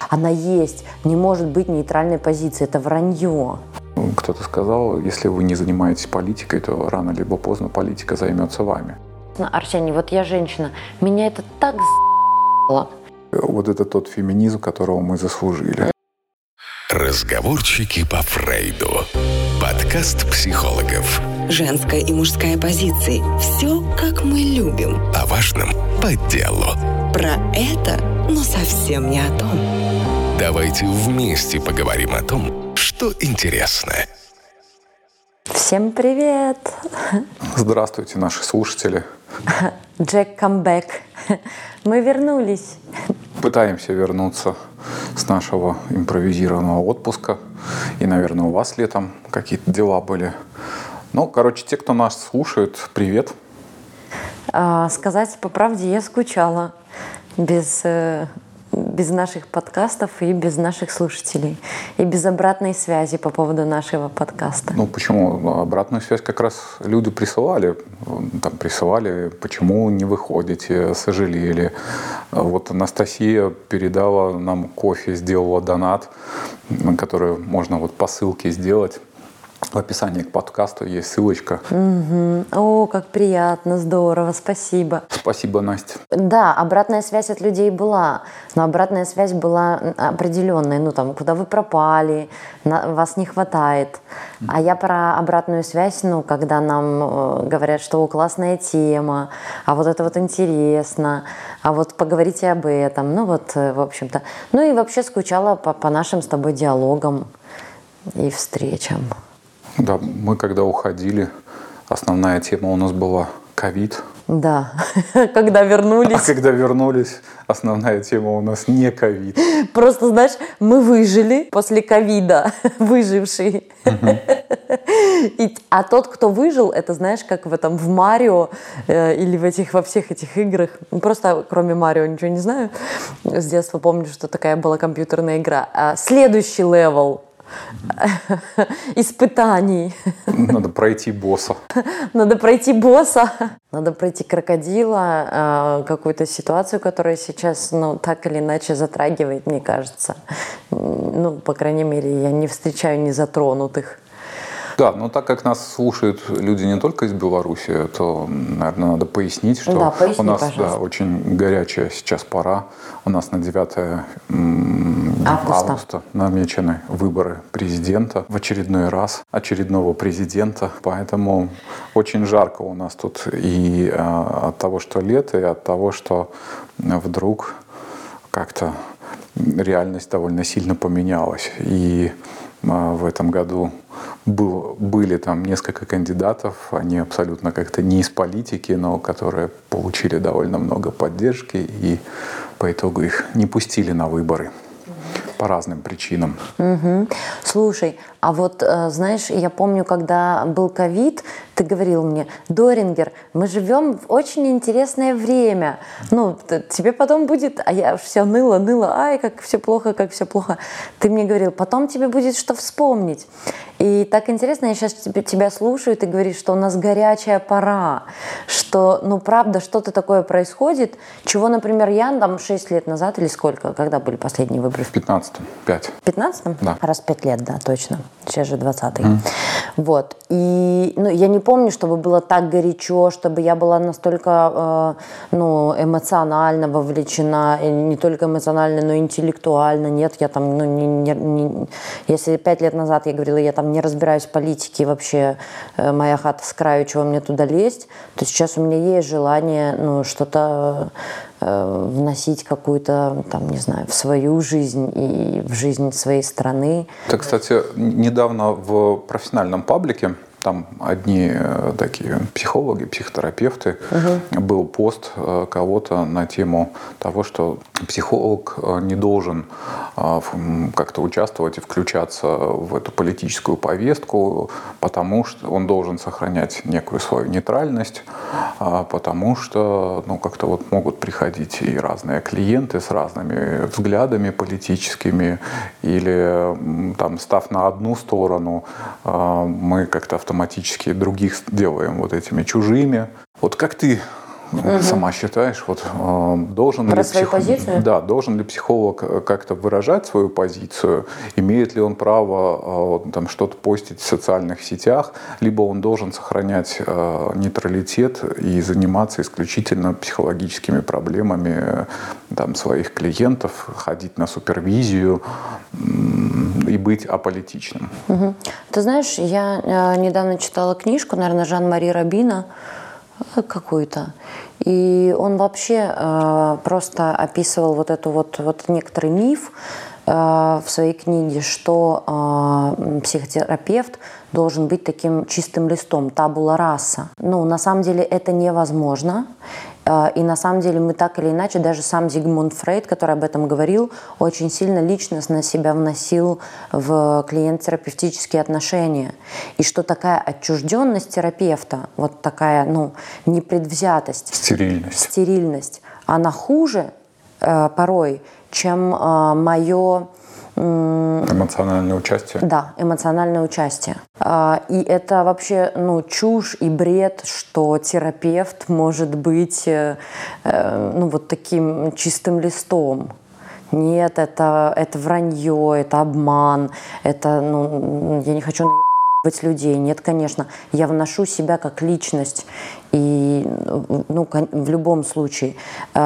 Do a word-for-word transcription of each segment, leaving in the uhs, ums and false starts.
Она есть. Не может быть нейтральной позиции. Это вранье. Кто-то сказал, если вы не занимаетесь политикой, то рано либо поздно политика займется вами. Арсений, вот я женщина. Меня это так за***ло. Вот это тот феминизм, которого мы заслужили. Разговорчики по Фрейду. Подкаст психологов. Женская и мужская позиции. Все, как мы любим. О важном по делу. Про это, но совсем не о том. Давайте вместе поговорим о том, что интересно. Всем привет! Здравствуйте, наши слушатели. Джек камбэк. Мы вернулись. Пытаемся вернуться с нашего импровизированного отпуска. И, наверное, у вас летом какие-то дела были. Ну, короче, те, кто нас слушает, привет. А, сказать по правде, я скучала без, без наших подкастов и без наших слушателей. И без обратной связи по поводу нашего подкаста. Ну, почему? Обратную связь как раз люди присылали. Там присылали, почему не выходите, сожалели. Вот Анастасия передала нам кофе, сделала донат, на который можно вот по ссылке сделать. В описании к подкасту есть ссылочка. Угу. О, как приятно, здорово, спасибо. Спасибо, Настя. Да, обратная связь от людей была, но обратная связь была определенная. Ну, там, куда вы пропали, на, вас не хватает. А я про обратную связь, ну, когда нам э, говорят, что о, классная тема, а вот это вот интересно, а вот поговорите об этом. Ну, вот, э, в общем-то. Ну, и вообще скучала по, по нашим с тобой диалогам и встречам. Да, мы когда уходили, основная тема у нас была ковид. Да, когда вернулись. А когда вернулись, основная тема у нас не ковид. Просто, знаешь, мы выжили после ковида, выживший. Uh-huh. И, а тот, кто выжил, это, знаешь, как в этом в Марио э, или в этих, во всех этих играх. Просто кроме Марио ничего не знаю. С детства помню, что такая была компьютерная игра. А следующий левел испытаний. Надо пройти босса. Надо пройти босса. Надо пройти крокодила, какую-то ситуацию, которая сейчас, ну, так или иначе затрагивает, мне кажется. Ну, по крайней мере, я не встречаю незатронутых. Да, но так как нас слушают люди не только из Беларуси, то, наверное, надо пояснить, что да, поясни, у нас пожалуйста. Да, очень горячая сейчас пора. У нас на девятое августа. августа намечены выборы президента в очередной раз, очередного президента. Поэтому очень жарко у нас тут и а, от того, что лето, и от того, что вдруг как-то реальность довольно сильно поменялась. И в этом году был, были там несколько кандидатов, они абсолютно как-то не из политики, но которые получили довольно много поддержки, и по итогу их не пустили на выборы по разным причинам. Угу. Слушай, а вот, знаешь, я помню, когда был ковид, ты говорил мне: Дорингер, мы живем в очень интересное время. Ну, тебе потом будет... А я все ныла, ныла, ай, как все плохо, как все плохо. Ты мне говорил, потом тебе будет что вспомнить. И так интересно, я сейчас тебя слушаю, ты говоришь, что у нас горячая пора, что, ну, правда, что-то такое происходит, чего, например, я там шесть лет назад или сколько, когда были последние выборы? В пятнадцатом, пять. В пятнадцатом? Да. Раз пять лет, да, точно. Сейчас же двадцатый. Mm. Вот. И, ну, я не помню, чтобы было так горячо, чтобы я была настолько, э, ну, эмоционально вовлечена, и не только эмоционально, но и интеллектуально. Нет, я там, ну, не, не, не... Если пять лет назад я говорила, я там не разбираюсь в политике, вообще э, моя хата с краю, чего мне туда лезть, то сейчас у меня есть желание, ну, что-то э, вносить какую-то, там, не знаю, в свою жизнь и в жизнь своей страны. Это, кстати, недавно в профессиональном паблике, там одни такие психологи, психотерапевты, угу. был пост кого-то на тему того, что психолог не должен как-то участвовать и включаться в эту политическую повестку, потому что он должен сохранять некую свою нейтральность, потому что, ну, как-то вот могут приходить и разные клиенты с разными взглядами политическими, или там, став на одну сторону, мы как-то автоматически других делаем вот этими чужими. Вот как ты угу. сама считаешь, вот должен Про ли свою псих... позицию? Да, должен ли психолог как-то выражать свою позицию, имеет ли он право там что-то постить в социальных сетях, либо он должен сохранять нейтралитет и заниматься исключительно психологическими проблемами там, своих клиентов, ходить на супервизию и быть аполитичным. Угу. Ты знаешь, я недавно читала книжку, наверное, Жан-Мари Рабина какую-то, и он вообще э, просто описывал вот эту вот, вот некоторый миф э, в своей книге, что э, психотерапевт должен быть таким чистым листом, табула раса. Ну, на самом деле это невозможно. И на самом деле мы так или иначе, даже сам Зигмунд Фрейд, который об этом говорил, очень сильно личностно себя вносил в клиент-терапевтические отношения. И что такая отчужденность терапевта, вот такая, ну, непредвзятость, стерильность, стерильность она хуже э, порой, чем э, мое... Эмоциональное участие. Да, эмоциональное участие. И это вообще, ну, чушь и бред, что терапевт может быть, ну, вот таким чистым листом. Нет, это, это вранье, это обман, это, ну, я не хочу наебывать людей. Нет, конечно, я вношу себя как личность. И, ну, в любом случае,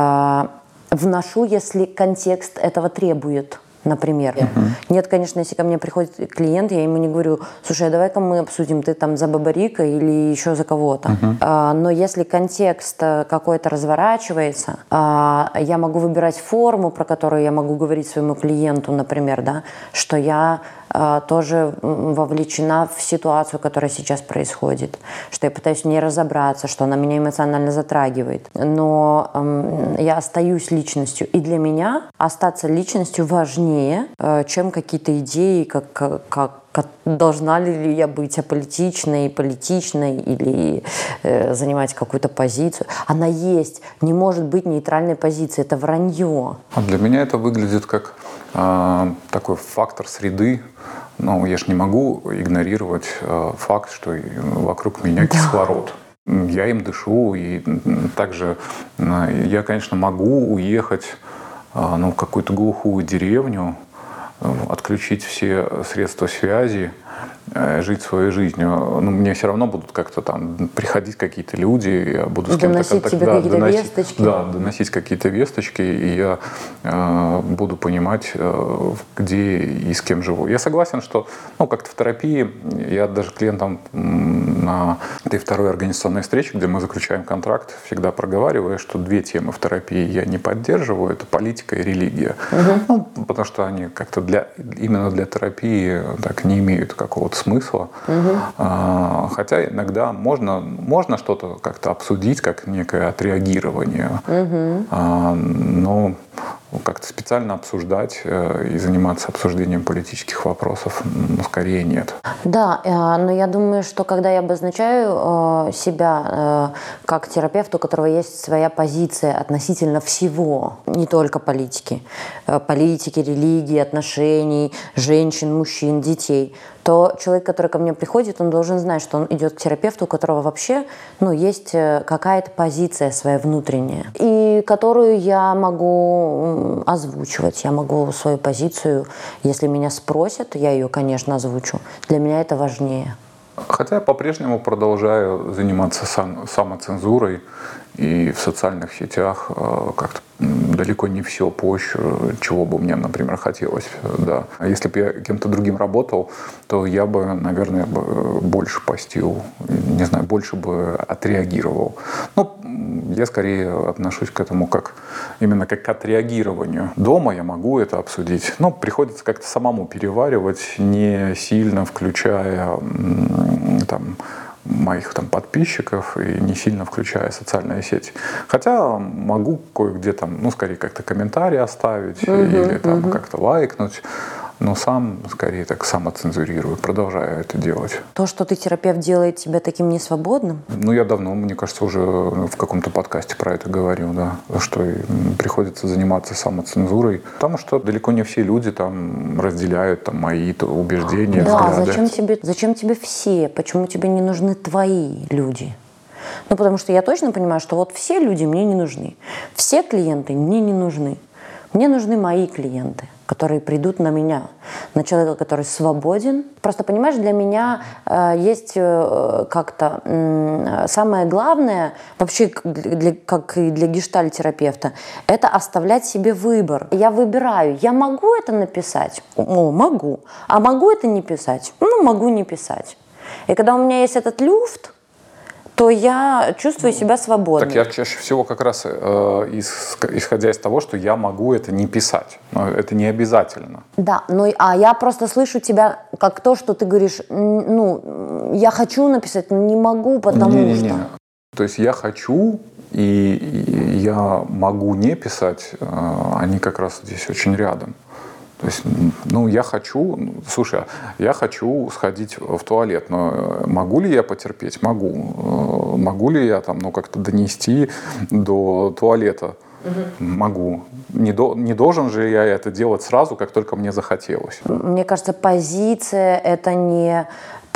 вношу, если контекст этого требует. Например. Uh-huh. Нет, конечно, если ко мне приходит клиент, я ему не говорю: слушай, давай-ка мы обсудим, ты там за Бабарика или еще за кого-то. Uh-huh. А, но если контекст какой-то разворачивается, а, я могу выбирать форму, про которую я могу говорить своему клиенту, например, да, что я а, тоже вовлечена в ситуацию, которая сейчас происходит, что я пытаюсь в ней разобраться, что она меня эмоционально затрагивает. Но эм, я остаюсь личностью. И для меня остаться личностью важнее, чем какие-то идеи, как, как, как должна ли я быть аполитичной, политичной или э, занимать какую-то позицию. Она есть. Не может быть нейтральной позиции. Это вранье. А для меня это выглядит как э, такой фактор среды. Ну, я же не могу игнорировать э, факт, что вокруг меня кислород. Да. Я им дышу. И также э, я, конечно, могу уехать ну, в какую-то глухую деревню, отключить все средства связи, жить своей жизнью. Ну, мне все равно будут как-то там приходить какие-то люди, я буду с кем-то контактировать. Да, какие-то доносить, весточки. Да, доносить какие-то весточки, и я э, буду понимать, э, где и с кем живу. Я согласен, что ну, как-то в терапии, я даже клиентам на этой второй организационной встрече, где мы заключаем контракт, всегда проговариваю, что две темы в терапии я не поддерживаю, это политика и религия. Угу. Ну, потому что они как-то для, именно для терапии так не имеют какого-то смысла. Угу. А, хотя иногда можно, можно что-то как-то обсудить, как некое отреагирование. Угу. А, но как-то специально обсуждать и заниматься обсуждением политических вопросов, ну, скорее нет. Да, но я думаю, что когда я обозначаю себя как терапевт, у которого есть своя позиция относительно всего, не только политики, политики, религии, отношений, женщин, мужчин, детей, то человек, который ко мне приходит, он должен знать, что он идет к терапевту, у которого вообще ну, есть какая-то позиция своя внутренняя, и которую я могу озвучивать. Я могу свою позицию, если меня спросят, я ее, конечно, озвучу. Для меня это важнее. Хотя я по-прежнему продолжаю заниматься сам, самоцензурой и в социальных сетях как-то далеко не все позже, чего бы мне, например, хотелось. Да. А если бы я кем-то другим работал, то я бы, наверное, больше постил, не знаю, больше бы отреагировал. Ну, я скорее отношусь к этому как именно как к отреагированию. Дома я могу это обсудить, но приходится как-то самому переваривать, не сильно включая там, моих там, подписчиков и не сильно включая социальные сети. Хотя могу кое-где там, ну, скорее как-то комментарий оставить uh-huh, или там uh-huh. как-то лайкнуть, но сам скорее так самоцензурирую, продолжаю это делать. То, что ты терапевт, делает тебя таким несвободным? Ну, я давно, мне кажется, уже в каком-то подкасте про это говорил, да, что приходится заниматься самоцензурой, потому что далеко не все люди там разделяют там, мои убеждения, да, взгляды. Зачем тебе, зачем тебе все? Почему тебе не нужны твои люди? Ну, потому что я точно понимаю, что вот все люди мне не нужны. Все клиенты мне не нужны. Мне нужны мои клиенты, которые придут на меня, на человека, который свободен. Просто, понимаешь, для меня э, есть э, как-то э, самое главное, вообще для, как и для гештальт-терапевта, это оставлять себе выбор. Я выбираю, я могу это написать? О, могу. А могу это не писать? Ну, могу не писать. И когда у меня есть этот люфт, то я чувствую себя свободной. Так я чаще всего как раз э, исходя из того, что я могу это не писать. Но это не обязательно. Да, но а я просто слышу тебя как то, что ты говоришь, ну, я хочу написать, но не могу, потому не, не, что... Не. То есть я хочу и, и я могу не писать, э, они как раз здесь очень рядом. То есть, ну, я хочу, слушай, я хочу сходить в туалет, но могу ли я потерпеть? Могу. Могу ли я там, ну, как-то донести до туалета? Угу. Могу. Не, до, не должен же я это делать сразу, как только мне захотелось. Мне кажется, позиция — это не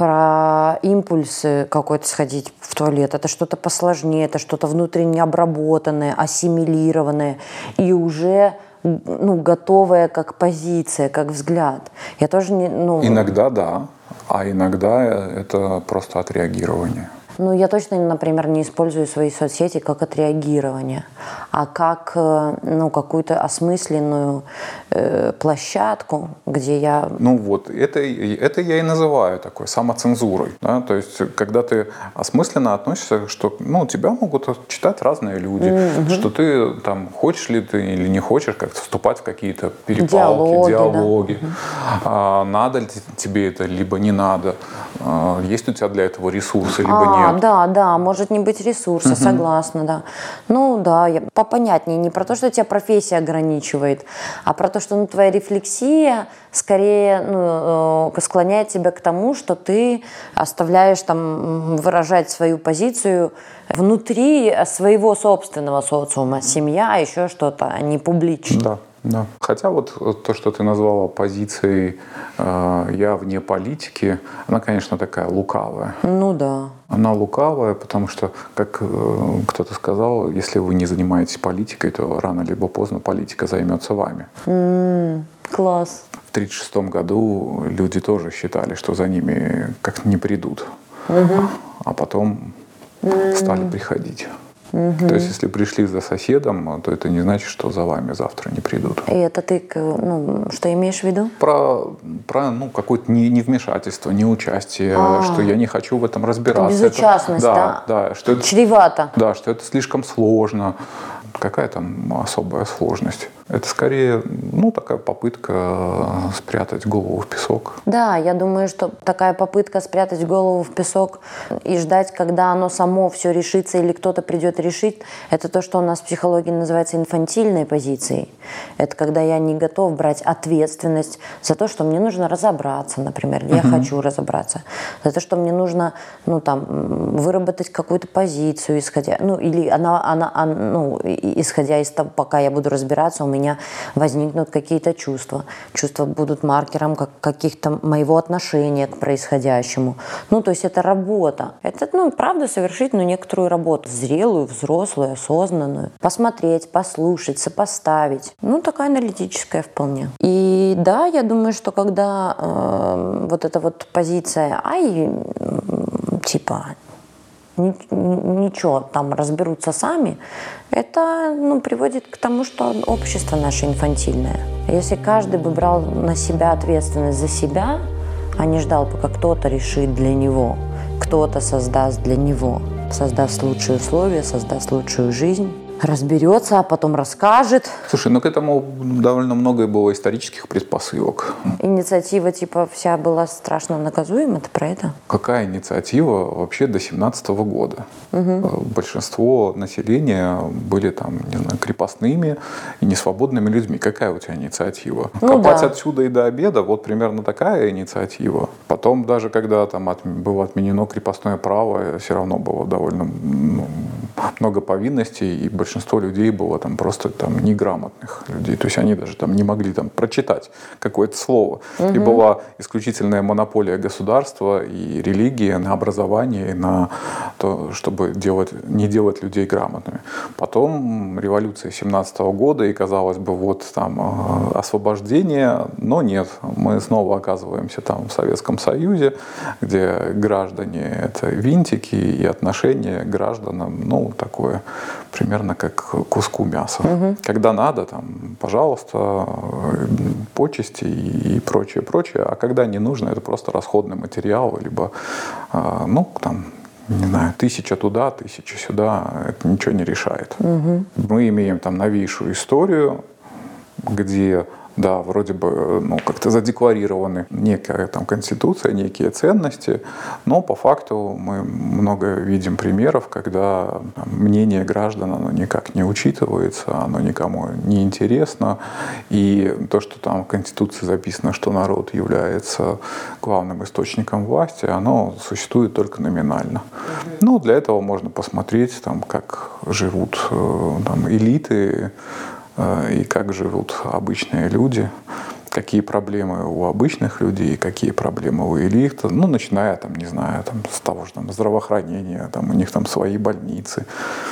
про импульсы какой-то сходить в туалет. Это что-то посложнее, это что-то внутренне обработанное, ассимилированное и уже... ну, готовая как позиция, как взгляд. Я тоже не... Ну... Иногда да, а иногда это просто отреагирование. Ну, я точно, например, не использую свои соцсети как отреагирование, а как, ну, какую-то осмысленную э, площадку, где я... Ну вот, это, это я и называю такой самоцензурой. Да? То есть, когда ты осмысленно относишься, что, ну, тебя могут читать разные люди, mm-hmm. что ты там, хочешь ли ты или не хочешь как-то вступать в какие-то перепалки, диалоги, диалоги. Да. А, надо ли тебе это, либо не надо. А, есть у тебя для этого ресурсы, либо а, нет. Да, да, может не быть ресурса, угу. Согласна, да. Ну да, я, попонятнее, не про то, что тебя профессия ограничивает, а про то, что, ну, твоя рефлексия скорее, ну, склоняет тебя к тому, что ты оставляешь там выражать свою позицию внутри своего собственного социума, семья, еще что-то, а не публично. Да. Да. Хотя вот то, что ты назвала позицией э, «я вне политики», она, конечно, такая лукавая. Ну да. Она лукавая, потому что, как э, кто-то сказал, если вы не занимаетесь политикой, то рано либо поздно политика займется вами. Mm, класс. В тридцать шестом году люди тоже считали, что за ними как-то не придут. Mm-hmm. А потом mm-hmm. стали приходить. Угу. То есть, если пришли за соседом, то это не значит, что за вами завтра не придут. И это ты, ну, что имеешь в виду? Про, про ну, какое-то невмешательство, неучастие, А-а-а. что я не хочу в этом разбираться. Это безучастность, это, да? Да, да, что это, чревато. Да, что это слишком сложно. Какая там особая сложность? Это скорее, ну, такая попытка спрятать голову в песок. Да, я думаю, что такая попытка спрятать голову в песок и ждать, когда оно само все решится или кто-то придет решить, это то, что у нас в психологии называется инфантильной позицией. Это когда я не готов брать ответственность за то, что мне нужно разобраться, например, или я uh-huh. хочу разобраться, за то, что мне нужно, ну, там, выработать какую-то позицию, исходя, ну, или она, она, она ну, исходя из того, пока я буду разбираться, у меня возникнут какие-то чувства. Чувства будут маркером как, каких-то моего отношения к происходящему. Ну, то есть это работа. Это, ну, правда, совершить, ну, некоторую работу. Зрелую, взрослую, осознанную. Посмотреть, послушать, сопоставить. Ну, такая аналитическая вполне. И да, я думаю, что когда э, вот эта вот позиция, ай, типа... ничего, там разберутся сами, это, ну, приводит к тому, что общество наше инфантильное. Если каждый бы брал на себя ответственность за себя, а не ждал, пока кто-то решит для него, кто-то создаст для него, создаст лучшие условия, создаст лучшую жизнь, разберется, а потом расскажет. Слушай, ну к этому довольно много было исторических предпосылок. Инициатива типа вся была страшно наказуема, это про это? Какая инициатива вообще до семнадцатого года? Угу. Большинство населения были там, не знаю, крепостными и несвободными людьми. Какая у тебя инициатива? Ну, Копать да. отсюда и до обеда, вот примерно такая инициатива. Потом даже когда там от, было отменено крепостное право, все равно было довольно, ну, много повинностей, и большинство людей было там просто там неграмотных людей. То есть они даже там не могли там прочитать какое-то слово. Угу. И была исключительная монополия государства и религии на образование, на то, чтобы делать, не делать людей грамотными. Потом революция семнадцатого года, и казалось бы, вот там освобождение, но нет. Мы снова оказываемся там в Советском Союзе, где граждане — это винтики, и отношение к гражданам, ну, такое примерно как к куску мяса. Угу. Когда надо, там, пожалуйста, почести и прочее, прочее. А когда не нужно, это просто расходный материал, либо, ну, там, не знаю, тысяча туда, тысяча сюда, это ничего не решает. Угу. Мы имеем там новейшую историю, где, да, вроде бы, ну, как-то задекларированы некая там конституция, некие ценности, но по факту мы много видим примеров, когда там мнение граждан, оно никак не учитывается, оно никому не интересно, и то, что там в Конституции записано, что народ является главным источником власти, оно существует только номинально. Mm-hmm. Ну, для этого можно посмотреть, там, как живут там, элиты, и как живут обычные люди, какие проблемы у обычных людей, какие проблемы у элит, ну, начиная, там, не знаю, там, с того же там, здравоохранения, там, у них там свои больницы,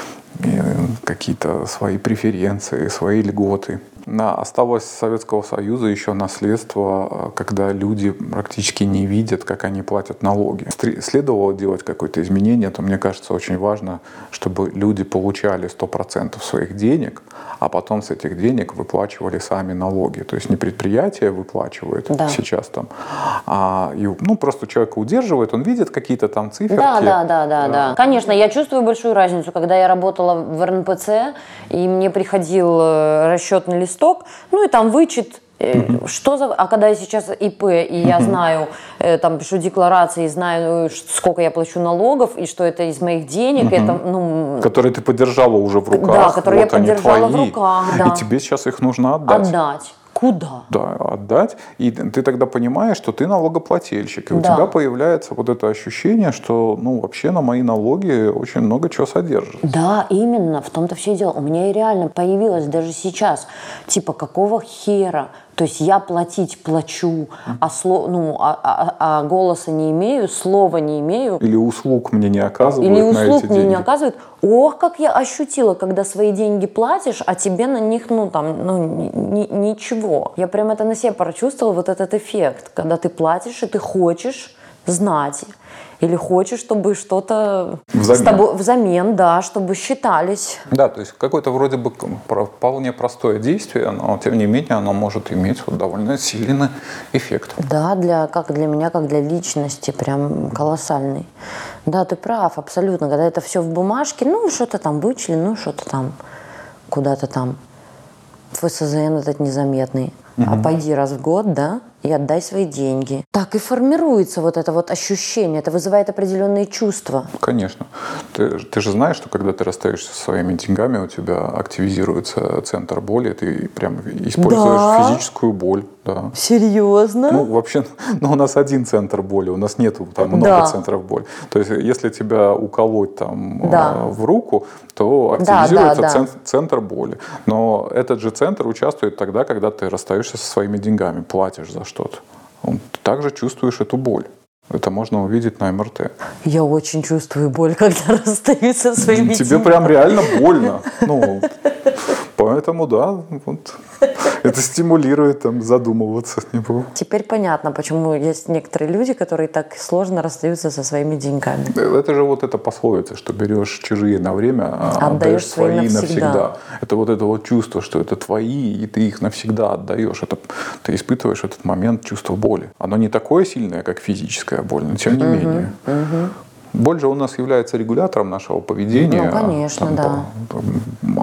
какие-то свои преференции, свои льготы. На, осталось Советского Союза еще наследство, когда люди практически не видят, как они платят налоги. Следовало делать какое-то изменение, то, мне кажется, очень важно, чтобы люди получали сто процентов своих денег, а потом с этих денег выплачивали сами налоги. То есть не предприятие выплачивает, да, сейчас там, а ну, просто человека удерживает, он видит какие-то там циферки. Да, да, да, да, да. Конечно, я чувствую большую разницу, когда я работала в эр эн пэ цэ, и мне приходил расчетный листок, ну и там вычет, Uh-huh. что за... А когда я сейчас и пэ, и я uh-huh. знаю, там пишу декларации, и знаю, сколько я плачу налогов, и что это из моих денег, uh-huh. это, ну... которые ты подержала уже в руках. Да, которые вот я подержала твои, в руках, да. И тебе сейчас их нужно отдать. Отдать. Куда? Да, отдать. И ты тогда понимаешь, что ты налогоплательщик. И да. у тебя появляется вот это ощущение, что, ну, вообще на мои налоги очень много чего содержит. Да, именно. В том-то все и дело. У меня и реально появилось даже сейчас. Типа, какого хера? То есть я платить плачу, а, сло, ну, а, а, а голоса не имею, слова не имею. Или услуг мне не оказывают Или на эти деньги. услуг мне не оказывают. Ох, как я ощутила, когда свои деньги платишь, а тебе на них, ну, там, ну, ни, ничего. Я прям это на себе прочувствовала, вот этот эффект, когда ты платишь, и ты хочешь знать. Или хочешь, чтобы что-то взамен. С тобой взамен, да, чтобы считались. Да, то есть какое-то вроде бы вполне простое действие, но тем не менее оно может иметь вот довольно сильный эффект. Да, для, как для меня, как для личности, прям колоссальный. Да, ты прав, абсолютно. Когда это все в бумажке, ну, что-то там вычли, ну, что-то там, куда-то там. эф эс зэ эн этот незаметный. Угу. А пойди раз в год, да, и отдай свои деньги. Так и формируется вот это вот ощущение, это вызывает определенные чувства. Конечно. Ты, ты же знаешь, что когда ты расстаешься со своими деньгами, у тебя активизируется центр боли, ты прям используешь да? физическую боль. Да. Серьезно? Ну, вообще, ну, у нас один центр боли, у нас нету там много да. центров боли. То есть, если тебя уколоть там да. в руку, то активизируется да, да, да. Центр, центр боли. Но этот же центр участвует тогда, когда ты расстаешься со своими деньгами, платишь за что-то. Ты также чувствуешь эту боль. Это можно увидеть на эм эр тэ. Я очень чувствую боль, когда расстаюсь со своими Тебе деньгами. прям реально больно. Ну, поэтому, да, вот, это стимулирует там, задумываться. Теперь понятно, почему есть некоторые люди, которые так сложно расстаются со своими деньгами. Это же вот эта пословица, что берешь чужие на время, а отдаешь, отдаешь свои навсегда. навсегда. Это вот это вот чувство, что это твои, и ты их навсегда отдаешь. Это, ты испытываешь в этот момент чувство боли. Оно не такое сильное, как физическая боль, но тем не uh-huh, менее. Uh-huh. Боль же у нас является регулятором нашего поведения. Ну, конечно, там, да. По,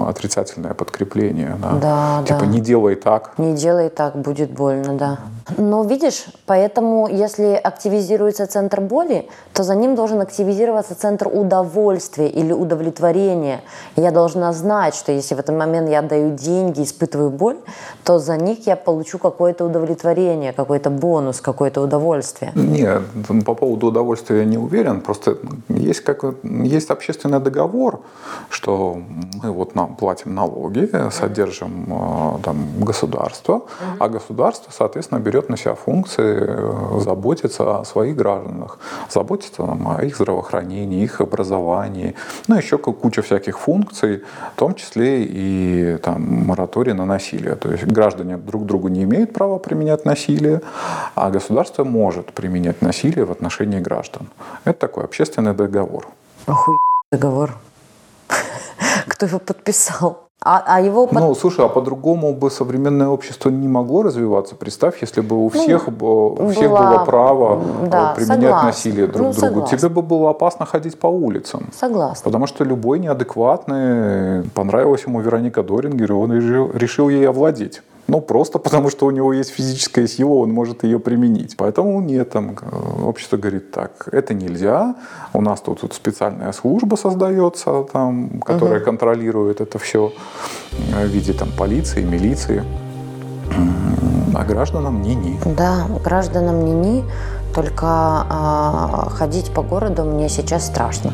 отрицательное подкрепление. Да, да. Типа да. не делай так. Не делай так, будет больно, да. Но видишь, поэтому если активизируется центр боли, то за ним должен активизироваться центр удовольствия или удовлетворения. Я должна знать, что если в этот момент я отдаю деньги, испытываю боль, то за них я получу какое-то удовлетворение, какой-то бонус, какое-то удовольствие. Нет, по поводу удовольствия я не уверен. Просто есть, как, есть общественный договор, что мы вот нам платим налоги, содержим там государство, mm-hmm. а государство, соответственно, берет на себя функции заботиться о своих гражданах, заботиться там, о их здравоохранении, их образовании, ну еще куча всяких функций, в том числе и там, мораторий на насилие. То есть граждане друг другу не имеют права применять насилие, а государство может применять насилие в отношении граждан. Это такой общественный договор. Охуенный договор. Кто его подписал? А, а его под... Ну, слушай, а по-другому бы современное общество не могло развиваться. Представь, если бы у всех, ну, у всех была... было право да, применять согласна. насилие друг ну, к другу. Согласна. Тебе бы было опасно ходить по улицам. Согласна. Потому что любой неадекватный, понравилась ему Вероника Дорингер, и он решил, решил ей овладеть. Ну, просто потому, что у него есть физическая сила, он может ее применить. Поэтому нет, там, общество говорит, так, это нельзя, у нас тут, тут специальная служба создается, там, которая угу. контролирует это все в виде там, полиции, милиции, а гражданам ни-ни. Да, гражданам ни-ни, только а, ходить по городу мне сейчас страшно.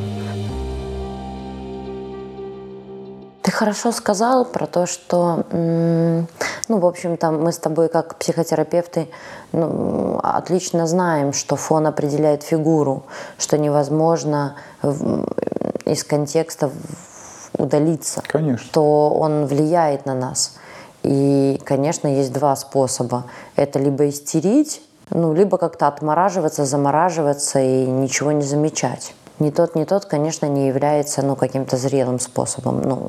Ты хорошо сказал про то, что, ну, в общем-то, мы с тобой как психотерапевты ну, отлично знаем, что фон определяет фигуру, что невозможно из контекста удалиться, конечно. Что он влияет на нас. И, конечно, есть два способа. Это либо истерить, ну, либо как-то отмораживаться, замораживаться и ничего не замечать. Ни тот, ни тот, конечно, не является ну, каким-то зрелым способом ну,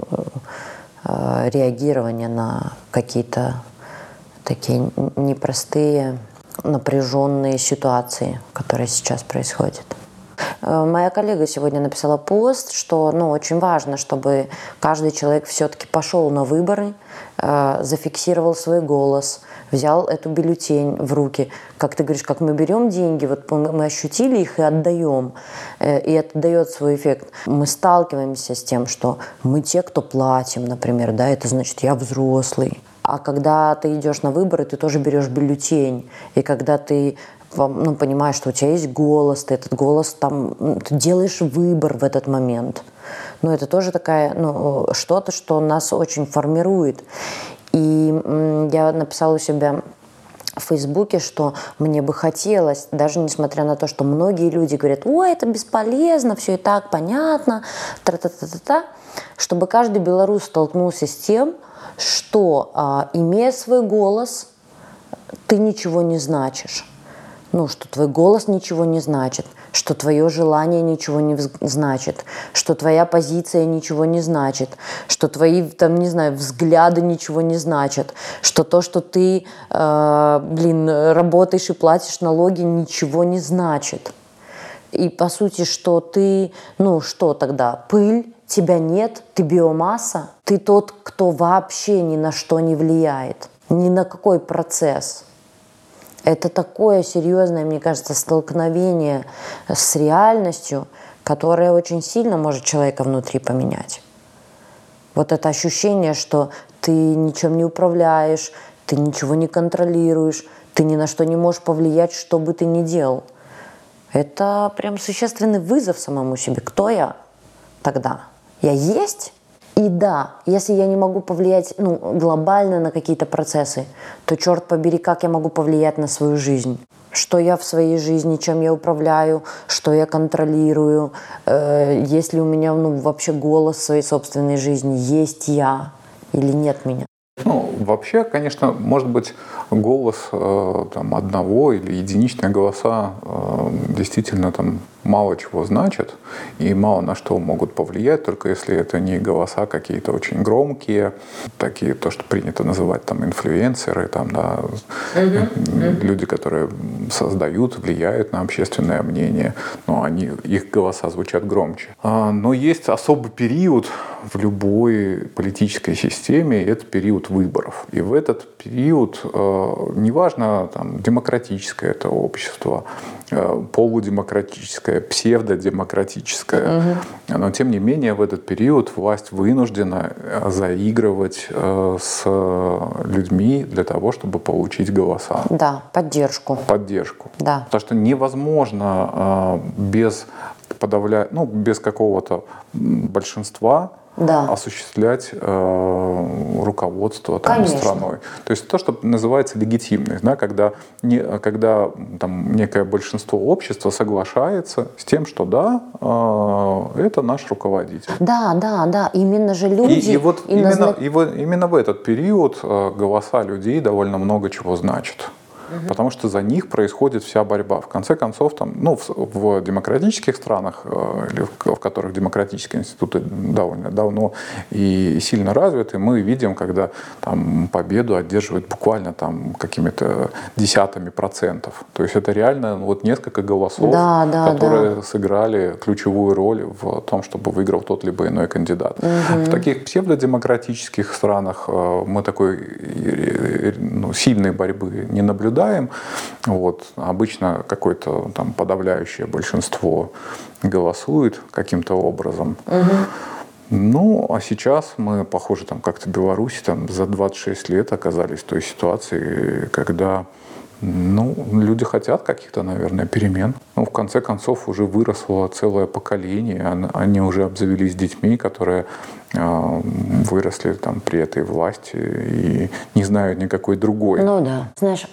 э, реагирования на какие-то такие непростые, напряженные ситуации, которые сейчас происходят. Э, моя коллега сегодня написала пост, что ну, очень важно, чтобы каждый человек все-таки пошел на выборы, э, зафиксировал свой голос, взял эту бюллетень в руки. Как ты говоришь, как мы берем деньги, вот мы ощутили их и отдаем. И это дает свой эффект. Мы сталкиваемся с тем, что мы те, кто платим, например, да, это значит, я взрослый. А когда ты идешь на выборы, ты тоже берешь бюллетень. И когда ты ну, понимаешь, что у тебя есть голос, ты этот голос там, ты делаешь выбор в этот момент. Ну, это тоже такая, ну, что-то, что нас очень формирует. И я написала у себя в Фейсбуке, что мне бы хотелось, даже несмотря на то, что многие люди говорят, ой, это бесполезно, все и так понятно, тра-та-та-та-та, чтобы каждый белорус столкнулся с тем, что, а, имея свой голос, ты ничего не значишь. Ну, что твой голос ничего не значит, что твое желание ничего не значит, что твоя позиция ничего не значит, что твои, там, не знаю, взгляды ничего не значат, что то, что ты, э, блин, работаешь и платишь налоги, ничего не значит. И, по сути, что ты, ну, что тогда? Пыль, тебя нет, ты биомасса, ты тот, кто вообще ни на что не влияет, ни на какой процесс. Это такое серьезное, мне кажется, столкновение с реальностью, которое очень сильно может человека внутри поменять. Вот это ощущение, что ты ничем не управляешь, ты ничего не контролируешь, ты ни на что не можешь повлиять, что бы ты ни делал. Это прям существенный вызов самому себе. Кто я тогда? Я есть? И да, если я не могу повлиять ну, глобально на какие-то процессы, то, черт побери, как я могу повлиять на свою жизнь? Что я в своей жизни, чем я управляю, что я контролирую, э, есть ли у меня ну, вообще голос в своей собственной жизни, есть я или нет меня? Ну, вообще, конечно, может быть, голос э, там, одного или единичные голоса э, действительно там, мало чего значат и мало на что могут повлиять, только если это не голоса какие-то очень громкие, такие, то, что принято называть там инфлюенсеры, там, да, uh-huh. Uh-huh. люди, которые создают, влияют на общественное мнение, но они, их голоса звучат громче. А, но есть особый период в любой политической системе, и это период выборов. И в этот период, э, неважно, там, демократическое это общество, э, полудемократическое, псевдодемократическое, угу. но тем не менее в этот период власть вынуждена заигрывать э, с людьми для того, чтобы получить голоса. Да, поддержку. Поддержку. Да. Потому что невозможно э, без подавля... ну, без какого-то большинства да. осуществлять э, руководство там, страной. То есть то, что называется легитимность, да, когда, не, когда там, некое большинство общества соглашается с тем, что да, э, это наш руководитель. Да, да, да, именно же люди. И, и вот и именно, назна... и вот именно в этот период э, голоса людей довольно много чего значат. Угу. Потому что за них происходит вся борьба. В конце концов, там, ну, в, в демократических странах, э, или в, в которых демократические институты довольно давно и сильно развиты, мы видим, когда там, победу одерживают буквально там, какими-то десятыми процентов. То есть это реально вот, несколько голосов, да, да, которые да. сыграли ключевую роль в том, чтобы выиграл тот либо иной кандидат. Угу. В таких псевдодемократических странах э, мы такой ну, сильной борьбы не наблюдаем. Вот. Обычно какое-то там подавляющее большинство голосует каким-то образом. Угу. Ну, а сейчас мы, похоже, там как-то в Беларуси там, за двадцать шесть лет оказались в той ситуации, когда ну, люди хотят каких-то, наверное, перемен. Ну, в конце концов, уже выросло целое поколение. Они уже обзавелись детьми, которые э, выросли там, при этой власти и не знают никакой другой. Ну да. Знаешь,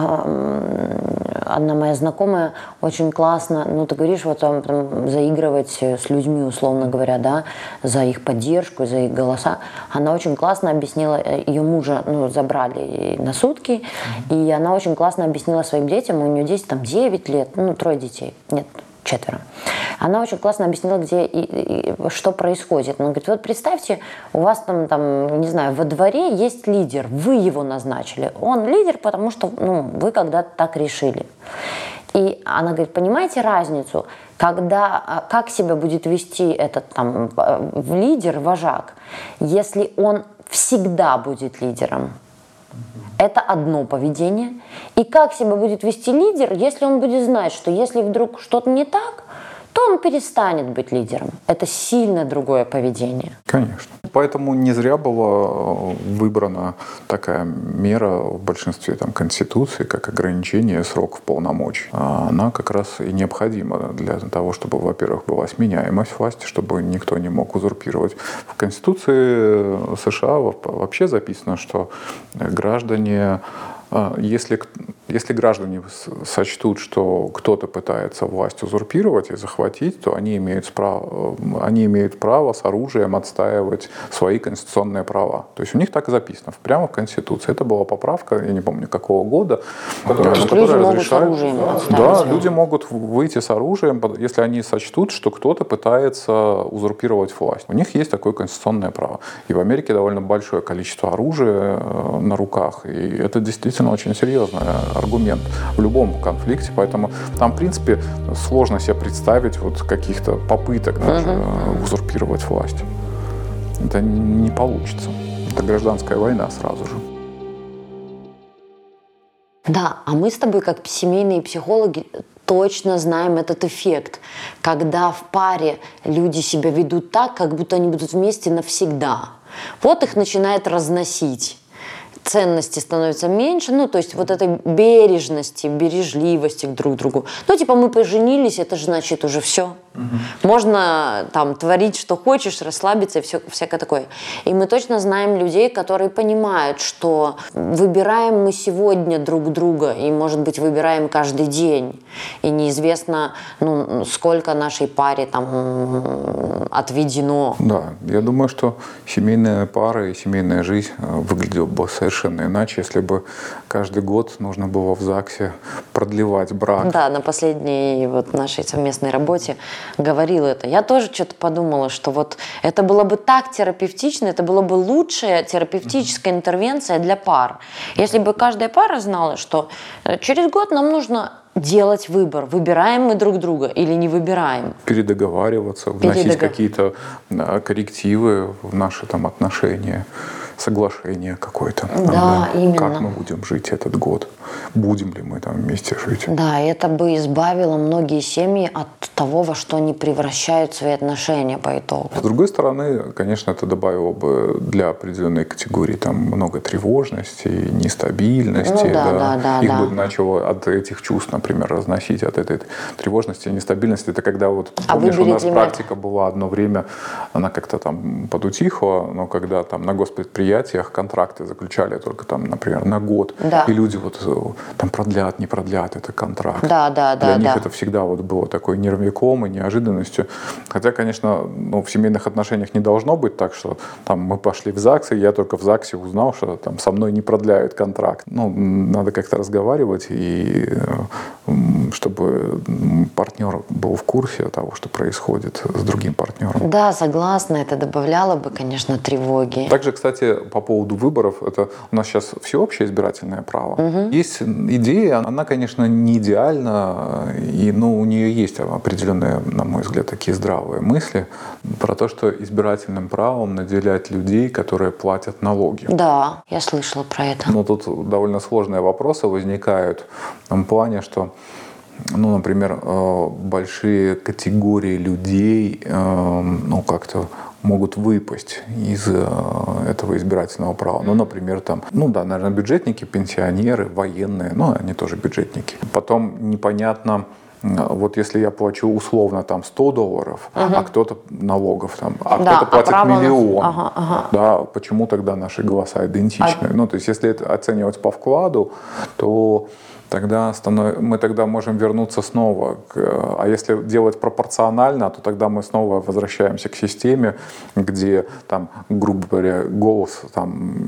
одна моя знакомая очень классно, ну ты говоришь, вот там, там заигрывать с людьми, условно говоря, да, за их поддержку, за их голоса. Она очень классно объяснила, ее мужа, ну, забрали на сутки, mm-hmm. и она очень классно объяснила своим детям, у нее дети там девять лет, ну, трое детей, нет, четверо. Она очень классно объяснила, где и, и что происходит. Она говорит, вот представьте, у вас там, там, не знаю, во дворе есть лидер, вы его назначили. Он лидер, потому что ну, вы когда-то так решили. И она говорит, понимаете разницу, когда, как себя будет вести этот там лидер, вожак, если он всегда будет лидером? Это одно поведение. И как себя будет вести лидер, если он будет знать, что если вдруг что-то не так, то он перестанет быть лидером. Это сильно другое поведение. Конечно. Поэтому не зря была выбрана такая мера в большинстве там, конституций, как ограничение сроков полномочий. Она как раз и необходима для того, чтобы, во-первых, была сменяемость власти, чтобы никто не мог узурпировать. В Конституции США вообще записано, что граждане Если, если граждане сочтут, что кто-то пытается власть узурпировать и захватить, то они имеют право, они имеют право с оружием отстаивать свои конституционные права. То есть у них так и записано, прямо в Конституции. Это была поправка, я не помню какого года, которая, которая разрешает. Да, люди могут выйти с оружием, если они сочтут, что кто-то пытается узурпировать власть. У них есть такое конституционное право. И в Америке довольно большое количество оружия на руках. И это действительно очень серьезный аргумент в любом конфликте, поэтому там, в принципе, сложно себе представить вот каких-то попыток даже uh-huh. узурпировать власть. Это не получится. Это гражданская война сразу же. Да, а мы с тобой, как семейные психологи, точно знаем этот эффект, когда в паре люди себя ведут так, как будто они будут вместе навсегда. Вот их начинает разносить. Ценности становятся меньше, ну, то есть вот этой бережности, бережливости к друг другу. Ну, типа, мы поженились, это же значит уже все. Угу. Можно там творить, что хочешь, расслабиться и все, всякое такое. И мы точно знаем людей, которые понимают, что выбираем мы сегодня друг друга, и, может быть, выбираем каждый день. И неизвестно, ну, сколько нашей паре там отведено. Да, я думаю, что семейная пара и семейная жизнь выглядела бы совершенно иначе, если бы каждый год нужно было в ЗАГСе продлевать брак. Да, на последней вот нашей совместной работе говорил это. Я тоже что-то подумала, что вот это было бы так терапевтично, это была бы лучшая терапевтическая интервенция для пар. Если бы каждая пара знала, что через год нам нужно делать выбор, выбираем мы друг друга или не выбираем. Передоговариваться, вносить Передогов... какие-то коррективы в наши там отношения, соглашение какое-то. Да, да, именно. Как мы будем жить этот год? Будем ли мы там вместе жить? Да, это бы избавило многие семьи от того, во что они превращают свои отношения по итогу. С другой стороны, конечно, это добавило бы для определенной категории там много тревожности, нестабильности. Ну, да, да. Да, да, Их да. бы начало от этих чувств, например, разносить, от этой тревожности и нестабильности. Это когда вот, а помнишь, у нас мы... практика была одно время, она как-то там подутихла, но когда там на госпредприятиях контракты заключали только там, например, на год, да. и люди вот там продлят, не продлят этот контракт. Да, да, Для да, них да. это всегда вот было такой нервяком и неожиданностью. Хотя, конечно, ну, в семейных отношениях не должно быть так, что там мы пошли в ЗАГС, и я только в ЗАГСе узнал, что там со мной не продляют контракт. Ну, надо как-то разговаривать, и чтобы партнер был в курсе того, что происходит с другим партнером. Да, согласна. Это добавляло бы, конечно, тревоги. Также, кстати, по поводу выборов, это у нас сейчас всеобщее избирательное право. Угу. Есть идея, она, конечно, не идеальна, и, ну, у нее есть определенные, на мой взгляд, такие здравые мысли про то, что избирательным правом наделять людей, которые платят налоги. Да, я слышала про это. Но тут довольно сложные вопросы возникают в том плане, что, ну, например, большие категории людей, ну, как-то могут выпасть из этого избирательного права. Ну, например, там, ну да, наверное, бюджетники, пенсионеры, военные, ну, они тоже бюджетники. Потом непонятно, вот если я плачу условно там сто долларов, угу. а кто-то налогов там, а да, кто-то платит а миллион, ага, ага. да, почему тогда наши голоса идентичны? А... Ну, то есть, если это оценивать по вкладу, то тогда станов... мы тогда можем вернуться снова. К... А если делать пропорционально, то тогда мы снова возвращаемся к системе, где, там, грубо говоря, голос там,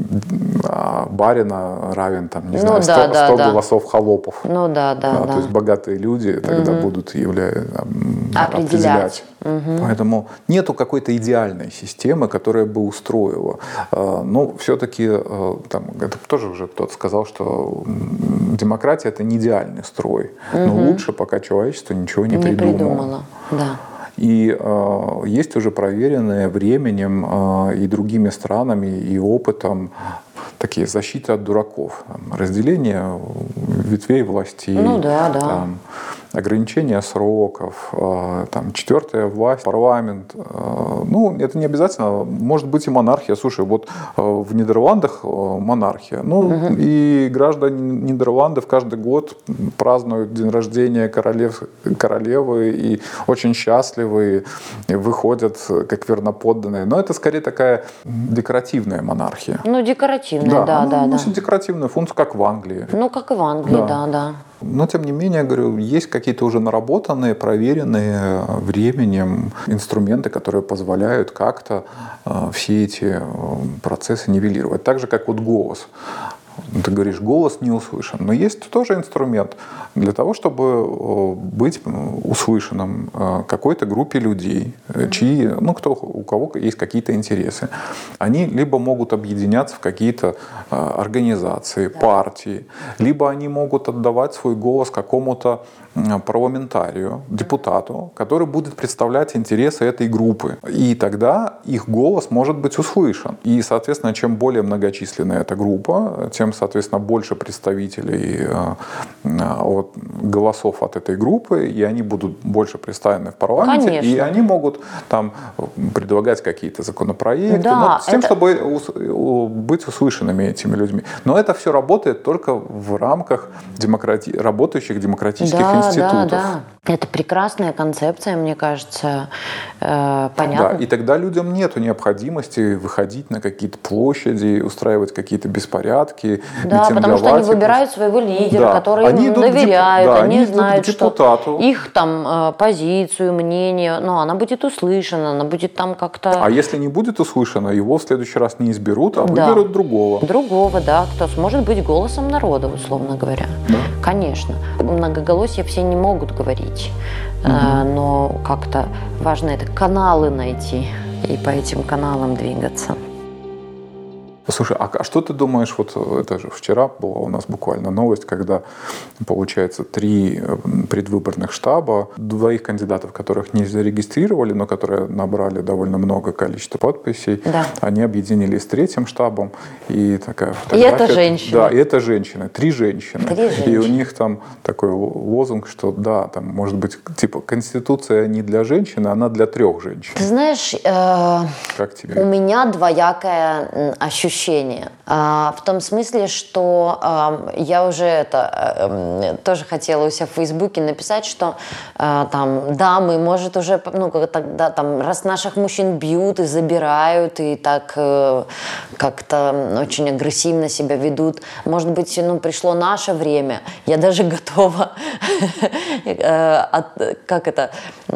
барина равен там, не знаю, ну, да, сто, да, сто да. голосов холопов. Ну да, да, да. да. То есть богатые люди тогда угу. будут явля... определять. определять. Угу. Поэтому нету какой-то идеальной системы, которая бы устроила. Но все-таки, там, это тоже уже кто-то сказал, что демократия — это не идеальный строй, угу. но лучше, пока человечество ничего не, не придумало. придумало. Да. И э, есть уже проверенные временем э, и другими странами, и опытом такие защиты от дураков. Там, разделение ветвей властей, ну, да, да. Там, ограничение сроков, э, там, четвертая власть, парламент. Э, ну, это не обязательно. Может быть и монархия. Слушай, вот э, в Нидерландах э, монархия. Ну, угу. и граждане Нидерландов каждый год празднуют день рождения королев, королевы и очень счастливы, и выходят как верноподданные. Но это скорее такая декоративная монархия. Ну, декоративная, да, да. Она да, носит да. декоративную функцию, как в Англии. Ну, как и в Англии, да, да. да. Но, тем не менее, я говорю, есть какие-то уже наработанные, проверенные временем инструменты, которые позволяют как-то э, все эти процессы нивелировать. Так же, как вот голос. Ты говоришь, голос не услышан. Но есть тоже инструмент для того, чтобы быть услышанным какой-то группе людей, чьи, ну, кто, у кого есть какие-то интересы. Они либо могут объединяться в какие-то организации, партии, либо они могут отдавать свой голос какому-то парламентарию, депутату, который будет представлять интересы этой группы. И тогда их голос может быть услышан. И, соответственно, чем более многочисленная эта группа, тем, соответственно, больше представителей от голосов от этой группы, и они будут больше представлены в парламенте. Конечно. И они могут там предлагать какие-то законопроекты, да, ну, с тем, это... чтобы быть услышанными этими людьми. Но это все работает только в рамках демократи... работающих демократических да, институтов. Да, да. Это прекрасная концепция, мне кажется, э, понятно. Да, и тогда людям нет необходимости выходить на какие-то площади, устраивать какие-то беспорядки пошли Да, митинговать. потому что они выбирают своего лидера, да. который они им идут доверяют, деп... да, они, они знают, что их там позицию, мнение, ну, она будет услышана, она будет там как-то... А если не будет услышана, его в следующий раз не изберут, а да. выберут другого. Другого, да, кто сможет быть голосом народа, условно говоря. Да. Конечно. Многоголосие все не могут говорить, угу. но как-то важно это каналы найти и по этим каналам двигаться. Слушай, а что ты думаешь, вот это же вчера была у нас буквально новость, когда, получается, три предвыборных штаба, двоих кандидатов, которых не зарегистрировали, но которые набрали довольно много количества подписей, да. они объединились с третьим штабом, и такая фотография. И это женщины. Да, и это женщины, три женщины. Три женщины. И у них там такой лозунг, что да, там может быть, типа, конституция не для женщины, она для трех женщин. Ты знаешь, э, как тебе? У меня двоякое ощущение. В том смысле, что я уже это тоже хотела у себя в Фейсбуке написать, что там, да, мы, может, уже, ну, тогда там, раз наших мужчин бьют и забирают, и так как-то очень агрессивно себя ведут, может быть, ну, пришло наше время. Я даже готова, как это,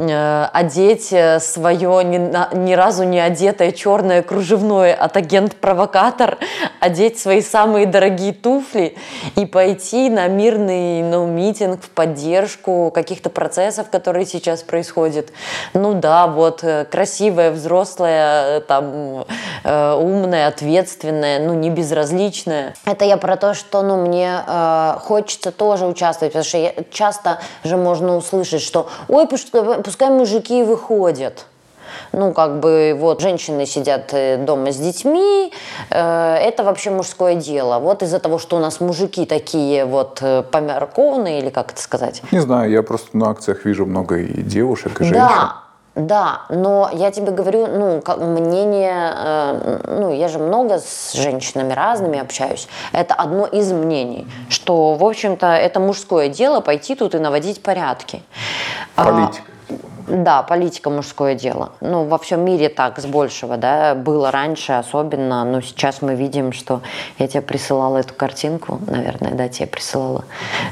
одеть свое ни разу не одетое черное кружевное от агент-провокатора, одеть свои самые дорогие туфли и пойти на мирный, ну, митинг в поддержку каких-то процессов, которые сейчас происходят. Ну да, вот красивая, взрослая, там, э, умная, ответственная, ну, не безразличная. Это я про то, что, ну, мне э, хочется тоже участвовать, потому что я, часто же можно услышать, что ой, пускай, пускай мужики выходят. Ну, как бы, вот, женщины сидят дома с детьми, э, это вообще мужское дело. Вот из-за того, что у нас мужики такие вот помяркованные, или как это сказать? Не знаю, я просто на акциях вижу много и девушек, и женщин. Да, да, но я тебе говорю, ну, как мнение, э, ну, я же много с женщинами разными общаюсь, это одно из мнений, что, в общем-то, это мужское дело пойти тут и наводить порядки. Политика. Да, политика мужское дело. Ну, во всем мире так, с большего, да, было раньше особенно, но сейчас мы видим, что я тебе присылала эту картинку, наверное, да, тебе присылала.